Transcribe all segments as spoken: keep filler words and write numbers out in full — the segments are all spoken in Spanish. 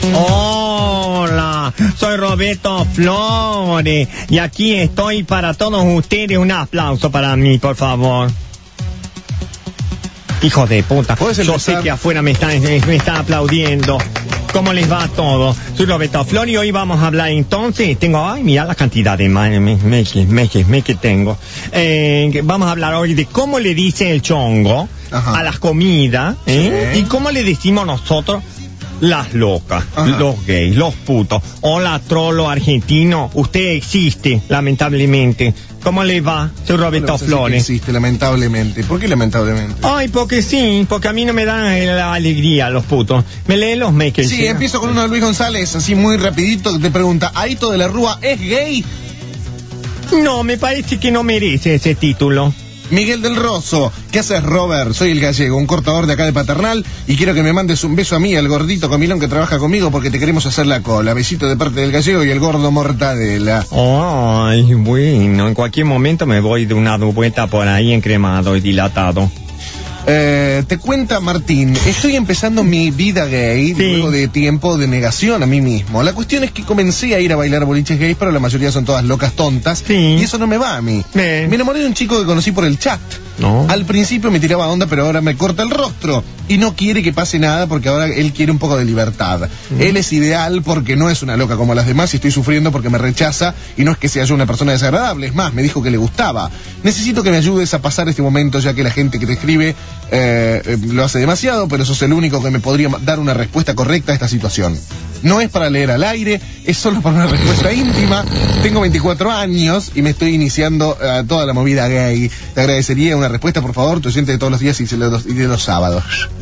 Hola, soy Roberto Flores y aquí estoy para todos ustedes. Un aplauso para mí, por favor. Hijo de puta, yo sé que afuera me están, me están aplaudiendo. ¿Cómo les va a todos? Soy Roberto Flores y hoy vamos a hablar entonces. Tengo, ay, mira la cantidad de me, me, me, me, me que tengo. Eh, vamos a hablar hoy de cómo le dice el chongo Ajá. a las comidas, ¿eh? Sí. Y cómo le decimos nosotros las locas, Ajá. los gays, los putos. Hola, trolo argentino, usted existe, lamentablemente. ¿Cómo le va? Soy Roberto no, Flores. Sí existe, lamentablemente. ¿Por qué lamentablemente? Ay, porque sí, porque a mí no me dan la alegría los putos. ¿Me leen los makers? Sí, empiezo con uno de Luis González, así muy rapidito, que te pregunta, ¿Aito de la Rúa es gay? No, me parece que no merece ese título. Miguel del Rosso, ¿qué haces, Robert? Soy el gallego, un cortador de acá de Paternal, y quiero que me mandes un beso a mí, al gordito comilón que trabaja conmigo, porque te queremos hacer la cola. Besito de parte del gallego y el gordo Mortadela. Ay, bueno, en cualquier momento me voy de una vuelta por ahí encremado y dilatado. Eh, te cuenta Martín, estoy empezando mi vida gay sí. luego de tiempo de negación a mí mismo. La cuestión es que comencé a ir a bailar boliches gays, pero la mayoría son todas locas tontas sí. y eso no me va a mí. Eh. Me enamoré de un chico que conocí por el chat. No. Al principio me tiraba onda, pero ahora me corta el rostro y no quiere que pase nada porque ahora él quiere un poco de libertad. Mm. Él es ideal porque no es una loca como las demás y estoy sufriendo porque me rechaza y no es que sea yo una persona desagradable, es más, me dijo que le gustaba. Necesito que me ayudes a pasar este momento ya que la gente que te escribe Eh, eh, lo hace demasiado, pero sos el único que me podría dar una respuesta correcta a esta situación. No es para leer al aire, es solo para una respuesta íntima. Tengo veinticuatro años y me estoy iniciando uh, toda la movida gay. Te agradecería una respuesta, por favor, tu oyente de todos los días y de los, y de los sábados.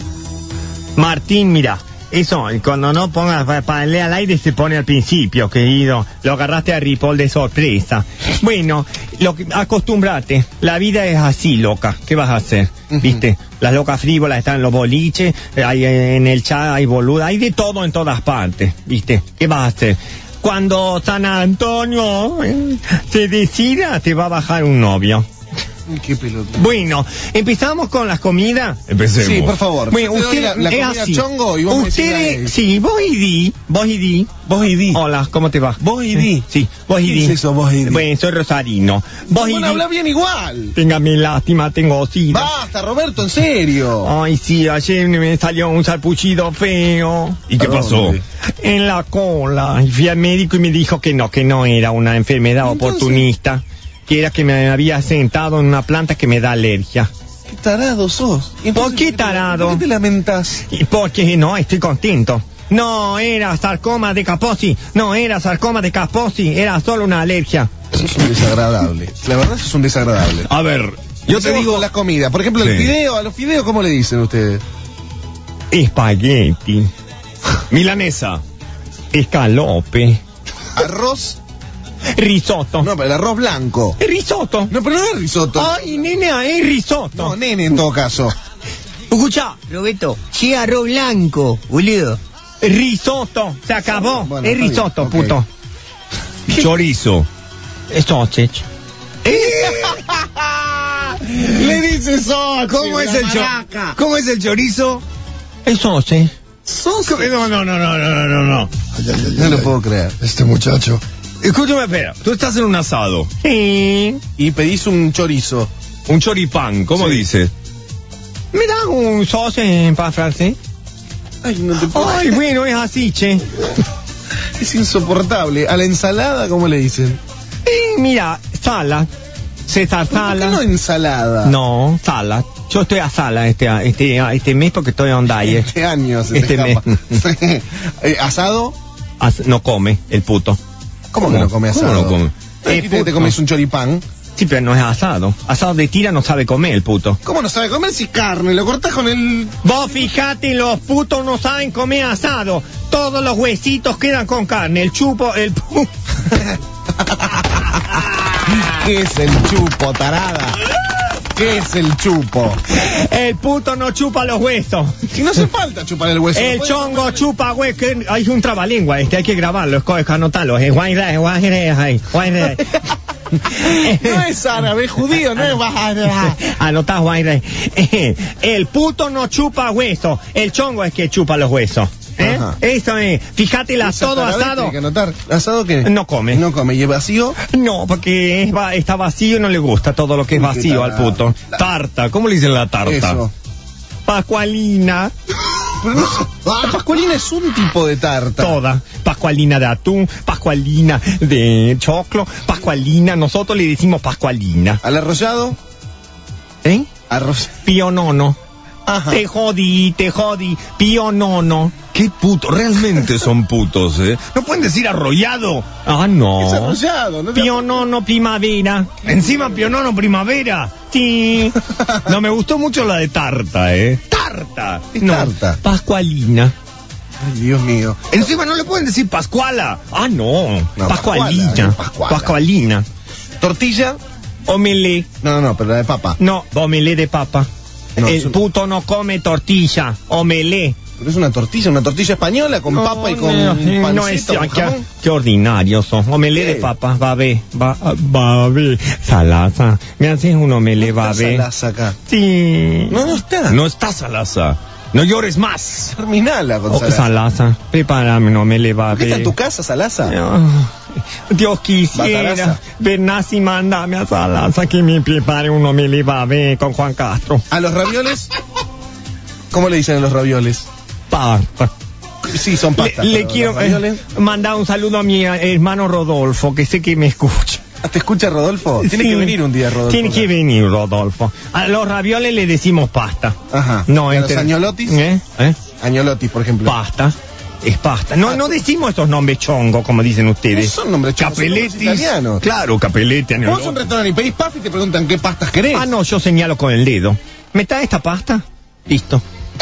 Martín, mira, eso, cuando no pongas para, para leer al aire se pone al principio, querido. Lo agarraste a Ripoll de sorpresa. Bueno, lo que, acostúmbrate. La vida es así, loca. ¿Qué vas a hacer? Uh-huh. ¿Viste? Las locas frívolas están en los boliches, hay en el chat hay boluda, hay de todo en todas partes, ¿viste? ¿Qué vas a hacer? Cuando San Antonio eh, se decida, te va a bajar un novio. Qué pelota. Bueno, empezamos con las comidas. Empecemos. Sí, por favor. Bueno, usted la, la es comida así. Chongo y vos Ustedes, me sí, vos y di, vos y di. Vos y di. Hola, ¿cómo te va? Vos y di. Sí, vos y ¿Qué di. es eso, vos y di? Bueno, soy rosarino. Vos y di. Habla bien igual. Téngame lástima, tengo sida. Basta, Roberto, en serio. Ay, sí, ayer me salió un salpuchido feo. ¿Y qué pasó? En la cola. Y fui al médico y me dijo que no, que no era una enfermedad Entonces... oportunista. Que era que me había sentado en una planta que me da alergia. ¿Qué tarado sos? ¿Por qué tarado? ¿Por qué te lamentas? Y porque no, estoy contento. No era sarcoma de Kaposi, no era sarcoma de Kaposi, era solo una alergia. Eso es un desagradable. La verdad, eso es un desagradable. A ver, yo te digo la comida. Por ejemplo, sí. el fideo, a los fideos, ¿cómo le dicen ustedes? Espagueti. Milanesa. Escalope. Arroz. Risotto. No, pero el arroz blanco. ¿Es risotto? No, pero no es risotto. Ay, nene, es risotto. No, nene, en todo caso. Escucha, Roberto, sí, arroz blanco, boludo. Risotto, se acabó. Bueno, es risotto, bien. puto. Okay. Chorizo. Es sausage. Le dice sausage. ¿Cómo es el chorizo? ¿Cómo es el chorizo? Es sausage. ¿Sausage? No, no, no, no, no, no, no. Ay, ay, ay, no lo puedo creer. Este muchacho. Escúchame, espera. Tú estás en un asado. Sí. Y pedís un chorizo. Un choripán, ¿cómo sí. dice? ¿Me das un sausage para francés? Ay, no te puedo. Ay, bueno, es así, che. Es insoportable. ¿A la ensalada cómo le dicen? Eh, mira, salad. César salad. ¿Por qué no ensalada? No, salad. Yo estoy a sala este, este, este mes porque estoy on diet. Este año se Este te mes. eh, ¿Asado? As no come, el puto. ¿Cómo, ¿Cómo que no come asado? ¿Cómo no come? Eh, ¿Te, te comes un choripán? Sí, pero no es asado. Asado de tira no sabe comer el puto. ¿Cómo no sabe comer si carne? Lo cortás con el... Vos fijate, los putos no saben comer asado. Todos los huesitos quedan con carne. El chupo, el pu... ¿Qué es el chupo, tarada? ¿Qué es el chupo? El puto no chupa los huesos. Si no hace falta chupar el hueso. El no chongo comer... chupa hueso. Hay un trabalengua, este hay que grabarlo, es que anotarlo. Es guay, guay, guay, guay. No es árabe, es judío, no es baja. Anotás, guay. El puto no chupa hueso. El chongo es que chupa los huesos. ¿eh? Ajá. Eso es. Fíjatela, Esa todo taradez asado. tiene que anotar. ¿Asado qué? No come. No come. ¿Y es vacío? No, porque es va- está vacío y no le gusta todo lo que es Uy, qué vacío al tarado. puto. Tarta, ¿cómo le dicen la tarta? Eso. Pascualina. Pero no, la pascualina es un tipo de tarta. Toda. Pascualina de atún, pascualina de choclo, pascualina. Nosotros le decimos pascualina. ¿Al arrollado? ¿Eh? Arroz. Pionono. Ajá. Te jodí, te jodí. Pionono. Qué puto, realmente son putos, ¿eh? No pueden decir arrollado. Ah, Es no. arrollado, ¿no? te- Pionono primavera. Encima pionono primavera. Sí. No me gustó mucho la de tarta, ¿eh? Tarta. Es No. tarta. Pascualina. Ay, Dios mío. Encima no le pueden decir pascuala. Ah, no. No, Pascualina. Pascuala, eh, Pascuala. Pascualina. ¿Tortilla? Omelé. No, no, no, pero la de papa. No, omelé de papa. No, El es un- puto no come tortilla. Omelé. Pero es una tortilla, una tortilla española con papa y con no, panceta, no es, con qué, jamón. qué ordinario son. Omelé ¿Qué? de papa, babé, ba, babé, salaza. Me haces un omelé, No está babé. Salaza acá. Sí. No, no está. No está Salaza. No llores más. Terminala con Oh, Salaza. salaza. Prepárame un omelé, ¿Por babé. qué está en tu casa, Salaza? Ah, Dios quisiera Bataraza. ver nazi, mándame a Salaza que me prepare un omelé, babé, con Juan Castro. ¿A los ravioles? ¿Cómo le dicen a los ravioles? Pasta. Sí, son pasta. Le, le pero quiero los ravioles- eh, mandar un saludo a mi eh, hermano Rodolfo, que sé que me escucha. ¿Te escucha Rodolfo? Tiene Sí. que venir un día, Rodolfo. Tiene que venir, Rodolfo. A los ravioles le decimos pasta. Ajá. No, ¿Y a los enter- agnolotis? ¿Eh? ¿Eh? Agnolotis, por ejemplo. Pasta. Es pasta. No, no decimos estos nombres chongos, como dicen No ustedes. son nombres chongos, son nombres Capeletis. italianos. Claro, capelete. Vos vas a un restaurante y pedís pasta y te preguntan qué pastas querés. Ah, no, yo señalo con el dedo. ¿Me trae esta pasta? Listo.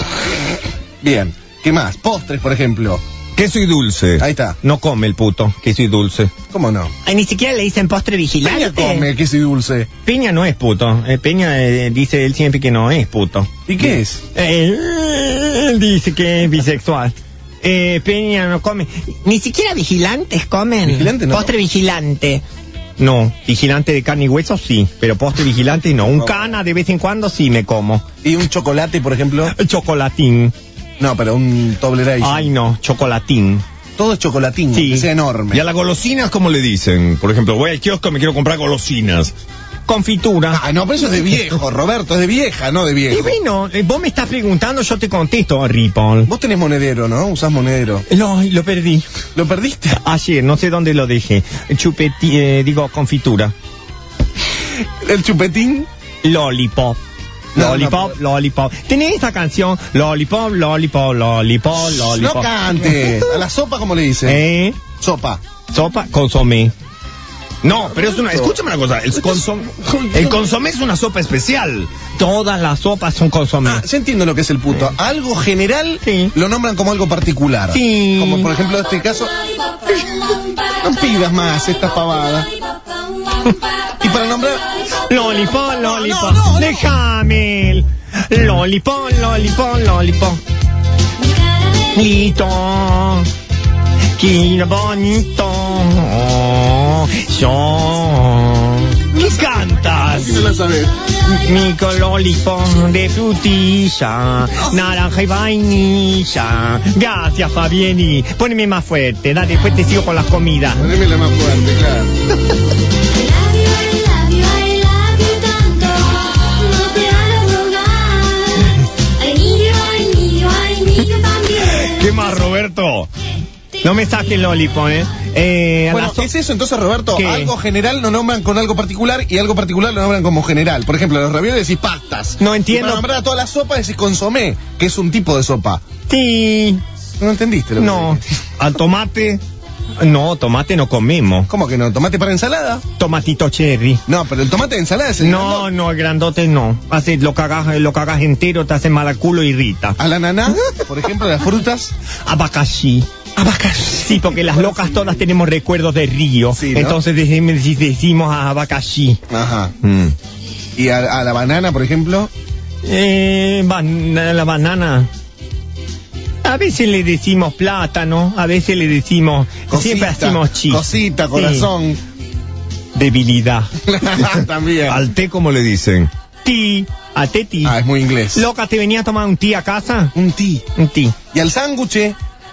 Bien. ¿Qué más? Postres, por ejemplo. Queso y dulce. Ahí está. No come el puto, que soy dulce. ¿Cómo no? Ay, ni siquiera le dicen postre vigilante. Peña come queso y dulce. Peña no es puto. Eh, Peña eh, dice él siempre que no es puto. ¿Y qué es? Eh, él dice que es bisexual. Eh, Peña no come. Ni siquiera vigilantes comen. ¿Vigilante no? Postre vigilante. No, vigilante de carne y hueso sí, pero postre vigilante no. Un No. cana de vez en cuando sí me como. ¿Y un chocolate, por ejemplo? Chocolatín. No, pero un Toblerone. Ay no, chocolatín. Todo es chocolatín, Sí. que sea enorme. ¿Y a las golosinas cómo le dicen? Por ejemplo, voy al kiosco y me quiero comprar golosinas. Confitura. Ah, no, pero eso es de viejo, Roberto, es de vieja, no de Y viejo. bueno, eh, vos me estás preguntando, yo te contesto, Ripoll. Vos tenés monedero, ¿no? Usás monedero. No, lo perdí. ¿Lo perdiste? Ayer, no sé dónde lo dejé. Chupeti, eh, digo, confitura. ¿El chupetín? Lollipop. No, Lollipop, no, lollipop. ¿Tenés esa canción? Lollipop, lollipop, lollipop, No lollipop. cante. ¿A la sopa cómo le dicen? ¿Eh? Sopa. Sopa, consomé. No, pero es una... Escúchame una cosa. El consomé, el consomé es una sopa especial. Todas las sopas son consomé. Ah, ya entiendo lo que es el puto. Algo general Sí. lo nombran como algo particular. Sí. Como por ejemplo en este caso. No pidas más estas pavadas. Y para nombrar. Lollipop, lollipop. no, no. Déjame. el Lollipop, lollipop, lollipop. Listo. Qué bonito. Yo. ¿Qué cantas? No la sabes. Mi lollipop de frutilla, naranja y vainilla. Gracias, Fabieni. Poneme más fuerte, dale, después te sigo con las comidas. Poneme la más fuerte, claro. ¿Qué más, Roberto? No me saques lollipop, eh. eh a Bueno, la so- es eso entonces, Roberto. ¿Qué? Algo general lo nombran con algo particular y algo particular lo nombran como general. Por ejemplo, a los ravioles decís pastas. No Y entiendo. para nombrar a toda la sopa decís consomé, que es un tipo de sopa. Sí. No entendiste lo que No. dije. Al tomate. No, tomate no comemos. ¿Cómo que no? ¿Tomate para ensalada? Tomatito cherry. No, pero el tomate de ensalada es el No, grandote. no, el grandote no. Hace, lo cagas, lo cagas entero, te hace mal culo y irrita. A la naná, por ejemplo, las frutas. Abacaxi. Abacaxi. Sí, porque las locas todas tenemos recuerdos de río. Sí, ¿no? Entonces decimos, decimos abacaxi. Ajá. Mm. Y a, a la banana, por ejemplo. Eh, ban- la banana. A veces le decimos plátano, a veces le decimos... siempre hacemos chis. Cosita, corazón. Debilidad. También. ¿Al té cómo le dicen? Ti, a teti. Ah, es muy inglés. Loca, ¿te venía a tomar un té a casa? Un tí. Un té. Y al sándwich,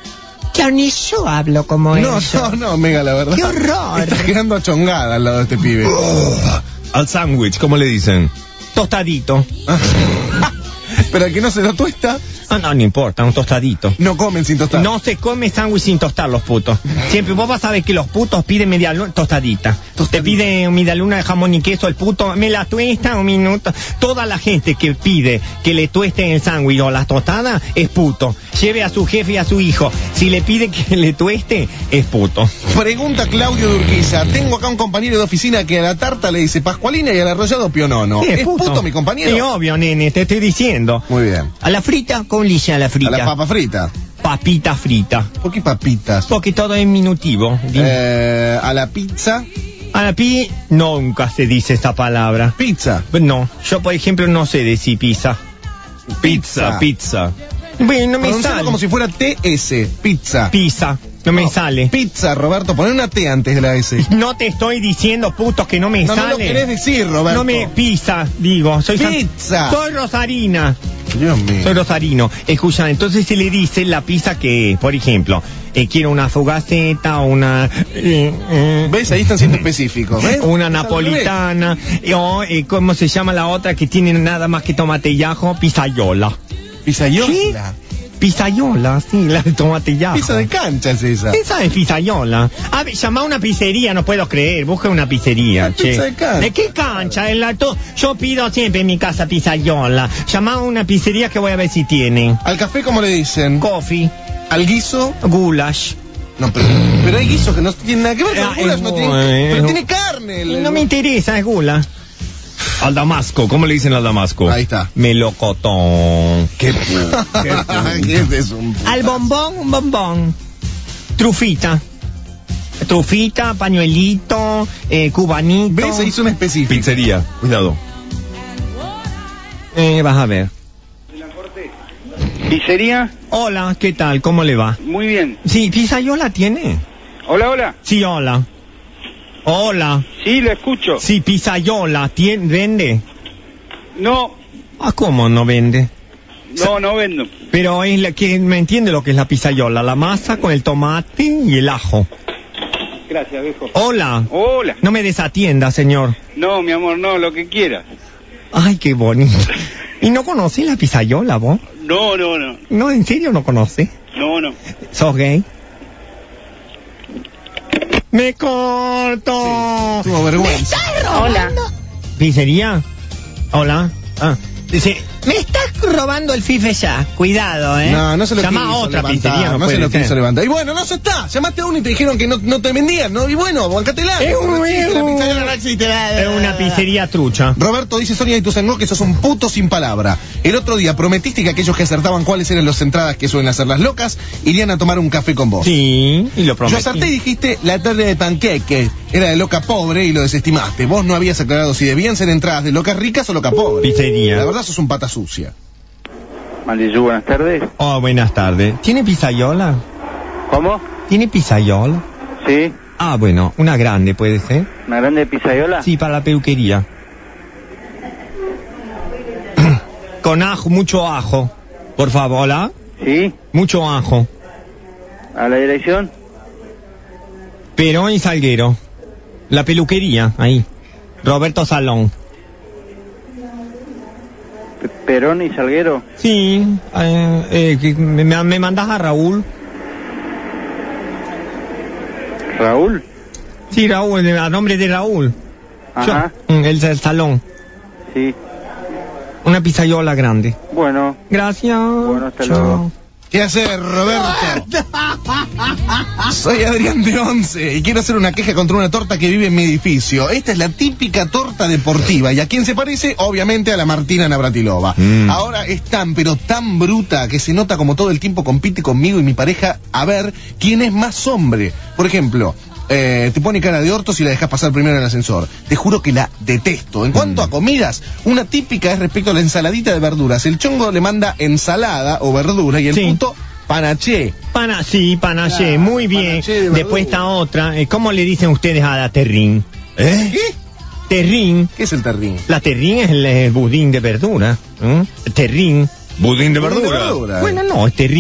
Ya ni yo hablo como No, eso. no, no, Mega, la verdad. ¡Qué horror! Está quedando achongada al lado de este pibe. Oh, al sándwich, ¿cómo le dicen? Tostadito. Pero al que no se lo tuesta, Ah, no, no importa, un tostadito. no comen sin tostar. No se come sándwich sin tostar los putos. Siempre vos vas a ver que los putos piden media luna, tostadita. Tostadita. Te piden media luna de jamón y queso, el puto me la tuesta un minuto. Toda la gente que pide que le tuesten el sándwich o las tostadas es puto. Lleve a su jefe y a su hijo. Si le pide que le tueste, es puto. Pregunta Claudio de Urquiza. Tengo acá un compañero de oficina que a la tarta le dice Pascualina y al arrollado Pionono. Sí, ¿Es puto. mi compañero? Sí, obvio, nene, te estoy diciendo. Muy bien. A la frita, ¿cómo le dicen a la A frita? la papa frita. Papita frita. ¿Por qué papitas? Porque todo es minutivo. Eh, a la pizza. A la pi, nunca se dice esta palabra. Pizza. No, yo por ejemplo no sé decir pizza. Pizza, pizza. Bueno, no me Pronuncialo sale. como si fuera T S. Pizza. Pizza, no me sale. Pizza, Roberto. Poné una T antes de la S. No te estoy diciendo, putos, que no me No, no sale. lo querés decir, Roberto. No me pizza, digo. Soy san- Pizza. Soy rosarina. Dios mío. Soy rosarino. Escucha, entonces se le dice la pizza que, por ejemplo, eh, quiero una fugaceta, una... eh, eh, ¿Ves? Ahí están siendo específicos. ¿Ves? Una Es al napolitana, eh, o eh, ¿cómo se llama la otra que tiene nada más que tomate y ajo? Pizzayola. revés. Pizzayola. Pizzayola, sí, la de tomate y ajo. Pizza de cancha es esa. Esa es pizzayola. A ver, llama a una pizzería, no puedo creer. Busca una pizzería, La che. pizza de cancha. ¿De qué cancha? En la to- Yo pido siempre en mi casa pizzayola. Llama a una pizzería que voy a ver si tienen. Al café, ¿cómo le dicen? Coffee, Al guiso. goulash. No, pero, pero hay guisos que no tienen nada que ver con Ah, el goulash, es no tienen- bueno. pero tiene carne. el- No me interesa, es goulash. Al damasco, ¿cómo le dicen al damasco? Ahí está. Melocotón. Qué pu- qué pu- ¿Qué es eso? Un Al bombón, un bombón. Trufita. Trufita, pañuelito, eh, cubanito. ¿Ves? Se hizo un específico. Pizzería, cuidado. Eh, vas a ver. ¿Pizzería? Hola, ¿qué tal? ¿Cómo le va? Muy bien. Sí, pizzayola tiene. Hola, hola. Sí, hola. Hola. Sí, lo escucho. Sí, pizzayola tiene, vende. No, Ah, ¿cómo no vende? no, no vendo. Pero es la que me entiende lo que es la pizzayola, la masa con el tomate y el ajo. Gracias, viejo. Hola. Hola. No me desatienda, señor. No, mi amor, no, lo que quieras. Ay, qué bonito. ¿Y no conocí la pizzayola, vos? No, no, no. No, ¿en serio no conoce? No, no. ¿Sos gay? ¡Me corto! Tuvo vergüenza. Hola. ¿Pizzería? Hola. Ah, dice, Me estás robando el fife ya. Cuidado, ¿eh? No, no se lo Llama a quiso otra levantar, pizzería, no no puede se lo ser. quiso levantar. Y bueno, no se está. Llamaste a uno y te dijeron que no, no te vendían, ¿no? Y bueno, bancatela. Es un- No existe, es la un- pizzería no existe. es una pizzería trucha. Roberto dice Sonia y Tuzangó que sos un puto sin palabra. El otro día prometiste que aquellos que acertaban cuáles eran las entradas que suelen hacer las locas irían a tomar un café con vos. Sí, y lo Yo prometí. acerté y dijiste la tarde de panqueque. Era de loca pobre y lo desestimaste. Vos no habías aclarado si debían ser entradas de locas ricas o loca pobre. Pizzería. La verdad sos un pata sucia. Maldillo, buenas tardes. Oh, buenas tardes. ¿Tiene pizzayola? ¿Cómo? ¿Tiene pizzayola? Sí. Ah, bueno, una grande puede ser. ¿Una grande pizzayola? Sí, para la peluquería. Con ajo, mucho ajo. Por favor, ¿hola? Sí. Mucho ajo. ¿A la dirección? Perón y Salguero. La peluquería, ahí. Roberto Salón. P- Perón y Salguero. Sí, eh, eh, que me, me mandas a Raúl. Raúl. Sí, Raúl, a nombre de Raúl. Ajá. Yo, mm, el del salón. Sí. Una pizzayola grande. Bueno. Gracias. Bueno, hasta Chao. luego. ¿Qué hacer, Roberto? Soy Adrián de Once y quiero hacer una queja contra una torta que vive en mi edificio. Esta es la típica torta deportiva. ¿Y a quién se parece? Obviamente a la Martina Navratilova. Mm. Ahora es tan, pero tan bruta que se nota como todo el tiempo compite conmigo y mi pareja a ver quién es más hombre. Por ejemplo, eh, te pone cara de orto si la dejas pasar primero en el ascensor. Te juro que la detesto. En cuanto a comidas, una típica es respecto a la ensaladita de verduras. El chongo le manda ensalada o verdura y el Sí. puto panaché. Pana, sí, panaché, Ah, muy bien. panaché de Después verdura. está otra. eh, ¿Cómo le dicen ustedes a la terrín? ¿Eh? ¿Qué? Terrín. ¿Qué es el terrín? La terrín es el, eh, budín de verdura. ¿eh? Terrín. Budín de Budín de verdura. verdura. Bueno, no, es terrín.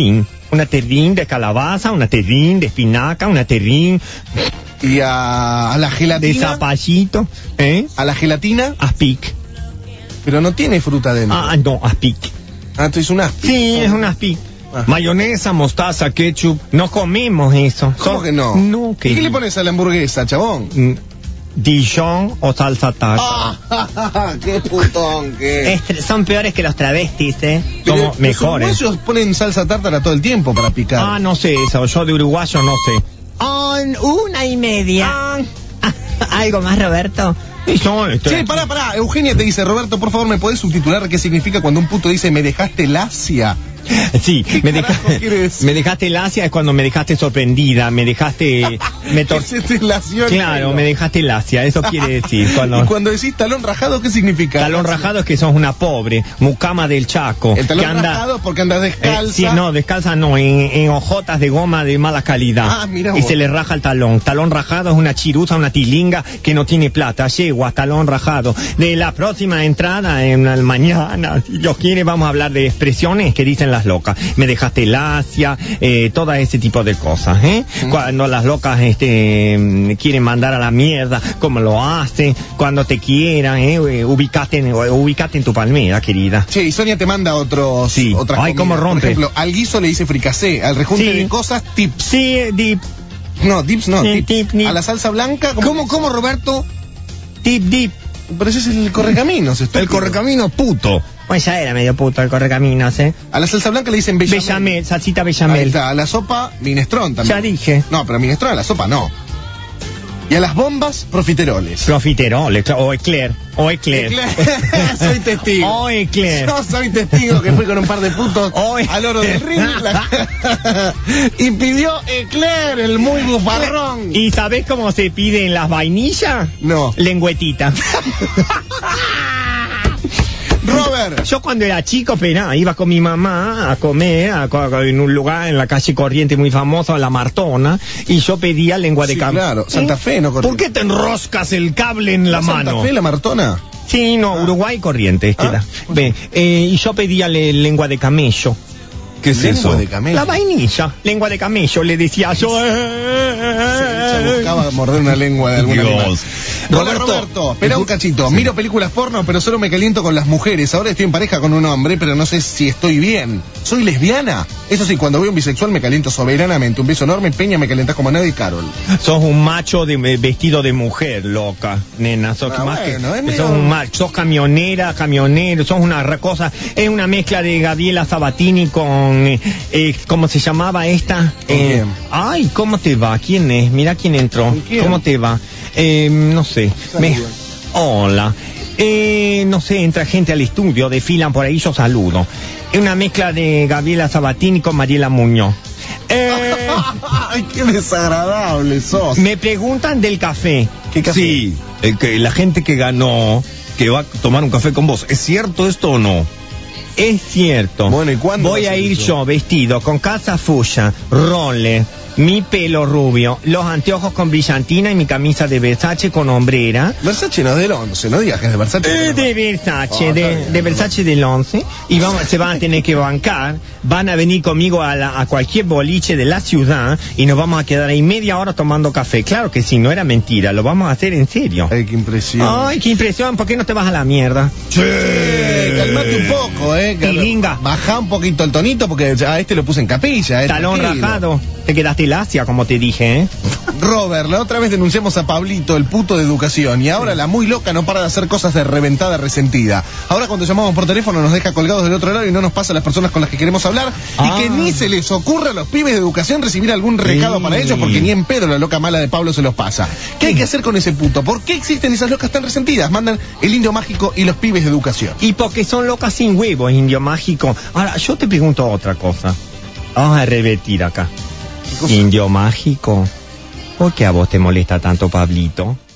una terrine de calabaza, una terrine de espinaca, una terrine Y a, a la de gelatina. zapallito, ¿eh? A la gelatina, Aspic. pero no tiene fruta dentro. Ah, no, aspic. Ah, esto es un aspic. Sí, es un aspic. Ah. Mayonesa, mostaza, ketchup. No comemos eso. ¿Cómo Son- que no? No, que... ¿Y qué le pones a la hamburguesa, chabón? Mm, Dijon o salsa tarta. Ah, qué putón que es. Es- son peores que los travestis, ¿eh? Pero Somos mejores. Los uruguayos ponen salsa tártara todo el tiempo para picar. Ah, no sé eso. Yo de uruguayo no sé. On una y media. ¿Algo más, Roberto? Y yo estoy Che, aquí. pará, pará. Eugenia te dice, Roberto, por favor, ¿me podés subtitular qué significa cuando un puto dice me dejaste lacia? Sí, me, deja- carajo quiere decir? me dejaste lacia es cuando me dejaste sorprendida, me dejaste... Me tor- ¿Qué es lacio? Claro, me dejaste lacia, eso quiere decir. Cuando... Y cuando decís talón rajado, ¿qué significa? Talón rajado es que sos una pobre, mucama del Chaco. El talón que anda... rajado porque andas Eh, descalza. sí, no, descalza no, en, en hojotas de goma de mala calidad. Ah, mira y vos. se le raja el talón. Talón rajado es una chiruza, una tilinga que no tiene plata. Yegua, talón rajado. De la próxima entrada, en el mañana, si Dios quiere, vamos a hablar de expresiones que dicen las locas. Me dejaste lacia, eh, todo ese tipo de cosas, ¿eh? Mm. Cuando las locas este, quieren mandar a la mierda, como lo hacen, cuando te quieran, ¿eh? Ubicate en, ubicate en tu palmera, querida. Che, y Sonia te manda otros, Sí. otras Ay, comidas. cómo rompe. Por ejemplo, al guiso le dice fricasé, al rejunte Sí. de cosas, tips. Sí, Dip. No, tips no, Sí, tips. tip, ni- A la salsa blanca, ¿Cómo, cómo, Roberto? Dip, dip. Pero ese es el correcaminos, estúpido. El correcamino puto. Pues ya era medio puto el correcaminos, ¿eh? A la salsa blanca le dicen bechamel. Bechamel, salsita Ahí bechamel. está, a la sopa, minestrón también. Ya dije. No, pero minestrón a la sopa no. Y a las bombas, profiteroles. Profiterol, ecla- o eclair, o eclair. Soy testigo. O eclair. Yo soy testigo que fui con un par de putos Oy. al oro del ring la- y pidió eclair, el muy bufarrón. ¿Y sabés cómo se piden las vainillas? No. Lengüetita. Robert. Yo cuando era chico, pena, iba con mi mamá a comer a co- en un lugar en la calle Corriente muy famoso, La Martona, y yo pedía lengua de Sí, cam- claro, Santa Fe, no ¿Por Corriente. qué te enroscas el cable en la ¿Santa mano? Fe, la Martona? Sí, no, Uruguay Corrientes Ah. queda. Ve, eh, y yo pedía le- lengua de camello. ¿Qué es Lengua eso? de camello. La vainilla, lengua de camello, le decía yo. Se buscaba morder una lengua de algún Dios. animal. Roberto, Roberto, Roberto, espera un cachito. Miro películas porno, pero solo me caliento con las mujeres. Ahora estoy en pareja con un hombre, pero no sé si estoy bien. ¿Soy lesbiana? Eso sí, cuando veo un bisexual me caliento soberanamente. Un beso enorme, Peña, me calientas como nadie, Carol. Sos un macho de, vestido de mujer, loca, nena. Sos Ah, más bueno, que, es medio- sos un macho, sos camionera, camionero, sos una ra- cosa, es una mezcla de Gabriela Sabatini con, eh, eh, ¿cómo se llamaba esta? ¿Con quién? Ay, ¿cómo te va? ¿Quién es? Mira quién entró. ¿Con quién? ¿Cómo te va? Eh, no sé. Me- Saluda. Hola. Eh, no sé, entra gente al estudio, desfilan por ahí, yo saludo. Es una mezcla de Gabriela Sabatini con Mariela Muñoz. Eh, Ay, qué desagradable sos. me preguntan del café. ¿Qué café? Sí, eh, que la gente que ganó, que va a tomar un café con vos, ¿es cierto esto o no? Es cierto. Bueno, ¿y cuándo Voy va a a ser ir eso? yo vestido con calza fuya, roller, mi pelo rubio, los anteojos con brillantina y mi camisa de Versace con hombrera. Versace no es del once, no digas que es de Versace. Eh, de Versace, Ah, está de, bien. de Versace del once, y vamos, se van a tener que bancar, van a venir conmigo a, la- a cualquier boliche de la ciudad y nos vamos a quedar ahí media hora tomando café. Claro que sí, no era mentira, lo vamos a hacer en serio. Ay, qué impresión. Ay, qué impresión, ¿por qué no te vas a la mierda? Che, calmate un poco, eh. que- Tilinga. Baja un poquito el tonito porque a este lo puse en capilla, eh. Talón tranquilo. rajado, te quedaste lacia, como te dije, ¿eh? Robert, la otra vez denunciamos a Pablito, el puto de educación, y ahora la muy loca no para de hacer cosas de reventada resentida. Ahora cuando llamamos por teléfono nos deja colgados del otro lado y no nos pasa a las personas con las que queremos hablar, Ah. y que ni se les ocurra a los pibes de educación recibir algún recado Sí. para ellos porque ni en pedo la loca mala de Pablo se los pasa. ¿Qué hay que hacer con ese puto? ¿Por qué existen esas locas tan resentidas? Mandan el indio mágico y los pibes de educación. Y porque son locas sin huevos, indio mágico. Ahora, yo te pregunto otra cosa. Vamos a revertir acá. cosa? Indio mágico, ¿por qué a vos te molesta tanto Pablito?